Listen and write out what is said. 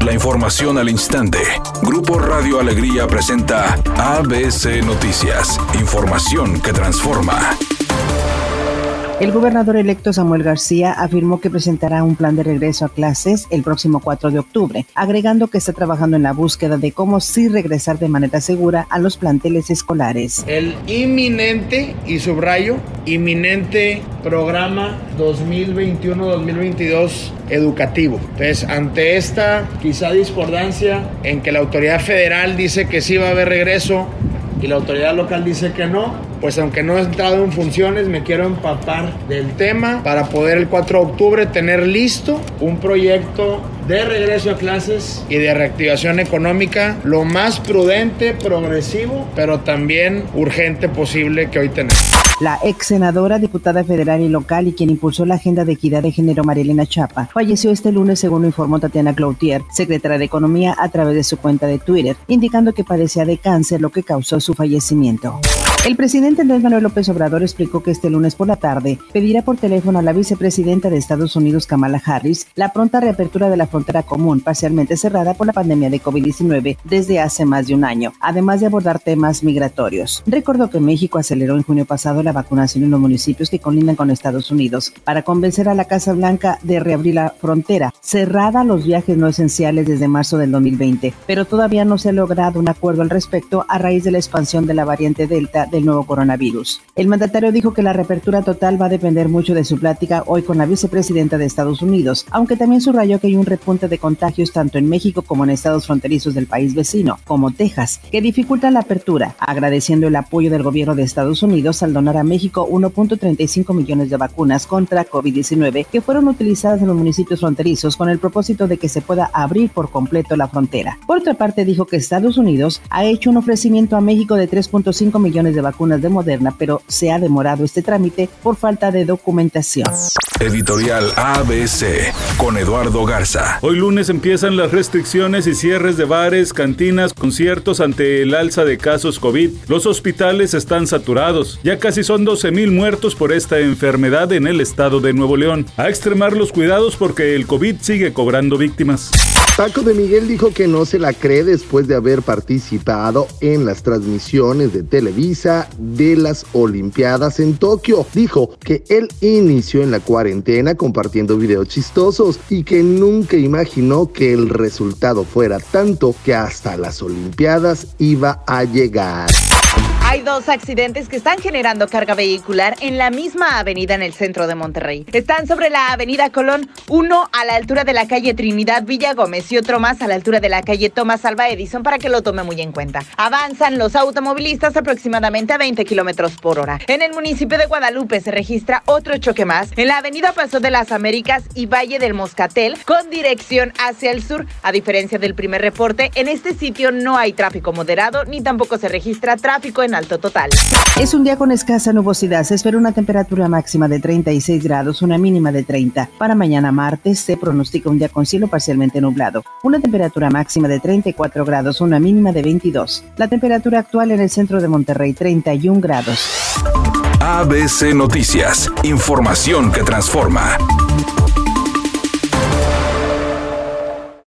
La información al instante. Grupo Radio Alegría presenta ABC Noticias. Información que transforma. El gobernador electo Samuel García afirmó que presentará un plan de regreso a clases el próximo 4 de octubre, agregando que está trabajando en la búsqueda de cómo sí regresar de manera segura a los planteles escolares. El inminente, y subrayo, inminente programa 2021-2022 educativo. Entonces, ante esta quizá discordancia en que la autoridad federal dice que sí va a haber regreso y la autoridad local dice que no, pues aunque no he entrado en funciones, me quiero empapar del tema para poder el 4 de octubre tener listo un proyecto de regreso a clases y de reactivación económica lo más prudente, progresivo, pero también urgente posible que hoy tenemos. La ex senadora, diputada federal y local y quien impulsó la agenda de equidad de género Marilena Chapa, falleció este lunes, según lo informó Tatiana Cloutier, secretaria de Economía, a través de su cuenta de Twitter, indicando que padecía de cáncer, lo que causó su fallecimiento. El presidente Andrés Manuel López Obrador explicó que este lunes por la tarde pedirá por teléfono a la vicepresidenta de Estados Unidos, Kamala Harris, la pronta reapertura de la frontera común, parcialmente cerrada por la pandemia de COVID-19 desde hace más de un año, además de abordar temas migratorios. Recordó que México aceleró en junio pasado la vacunación en los municipios que colindan con Estados Unidos para convencer a la Casa Blanca de reabrir la frontera, cerrada a los viajes no esenciales desde marzo del 2020, pero todavía no se ha logrado un acuerdo al respecto a raíz de la expansión de la variante Delta del nuevo coronavirus. El mandatario dijo que la reapertura total va a depender mucho de su plática hoy con la vicepresidenta de Estados Unidos, aunque también subrayó que hay un repunte de contagios tanto en México como en estados fronterizos del país vecino, como Texas, que dificultan la apertura, agradeciendo el apoyo del gobierno de Estados Unidos al donar a México 1.35 millones de vacunas contra COVID-19 que fueron utilizadas en los municipios fronterizos con el propósito de que se pueda abrir por completo la frontera. Por otra parte, dijo que Estados Unidos ha hecho un ofrecimiento a México de 3.5 millones de vacunas de Moderna, pero se ha demorado este trámite por falta de documentación. Editorial ABC con Eduardo Garza. Hoy lunes empiezan las restricciones y cierres de bares, cantinas, conciertos ante el alza de casos COVID. Los hospitales están saturados. Ya casi son 12,000 muertos por esta enfermedad en el estado de Nuevo León. A extremar los cuidados porque el COVID sigue cobrando víctimas. Paco de Miguel dijo que no se la cree después de haber participado en las transmisiones de Televisa de las Olimpiadas en Tokio. Dijo que él inició en la cuarentena compartiendo videos chistosos y que nunca imaginó que el resultado fuera tanto que hasta las Olimpiadas iba a llegar. Hay dos accidentes que están generando carga vehicular en la misma avenida en el centro de Monterrey. Están sobre la avenida Colón, uno a la altura de la calle Trinidad Villa Gómez y otro más a la altura de la calle Tomás Alva Edison, para que lo tome muy en cuenta. Avanzan los automovilistas aproximadamente a 20 kilómetros por hora. En el municipio de Guadalupe se registra otro choque más en la avenida Paso de las Américas y Valle del Moscatel con dirección hacia el sur. A diferencia del primer reporte, en este sitio no hay tráfico moderado ni tampoco se registra tráfico en alto total. Es un día con escasa nubosidad. Se espera una temperatura máxima de 36 grados, una mínima de 30. Para mañana martes se pronostica un día con cielo parcialmente nublado. Una temperatura máxima de 34 grados, una mínima de 22. La temperatura actual en el centro de Monterrey, 31 grados. ABC Noticias. Información que transforma.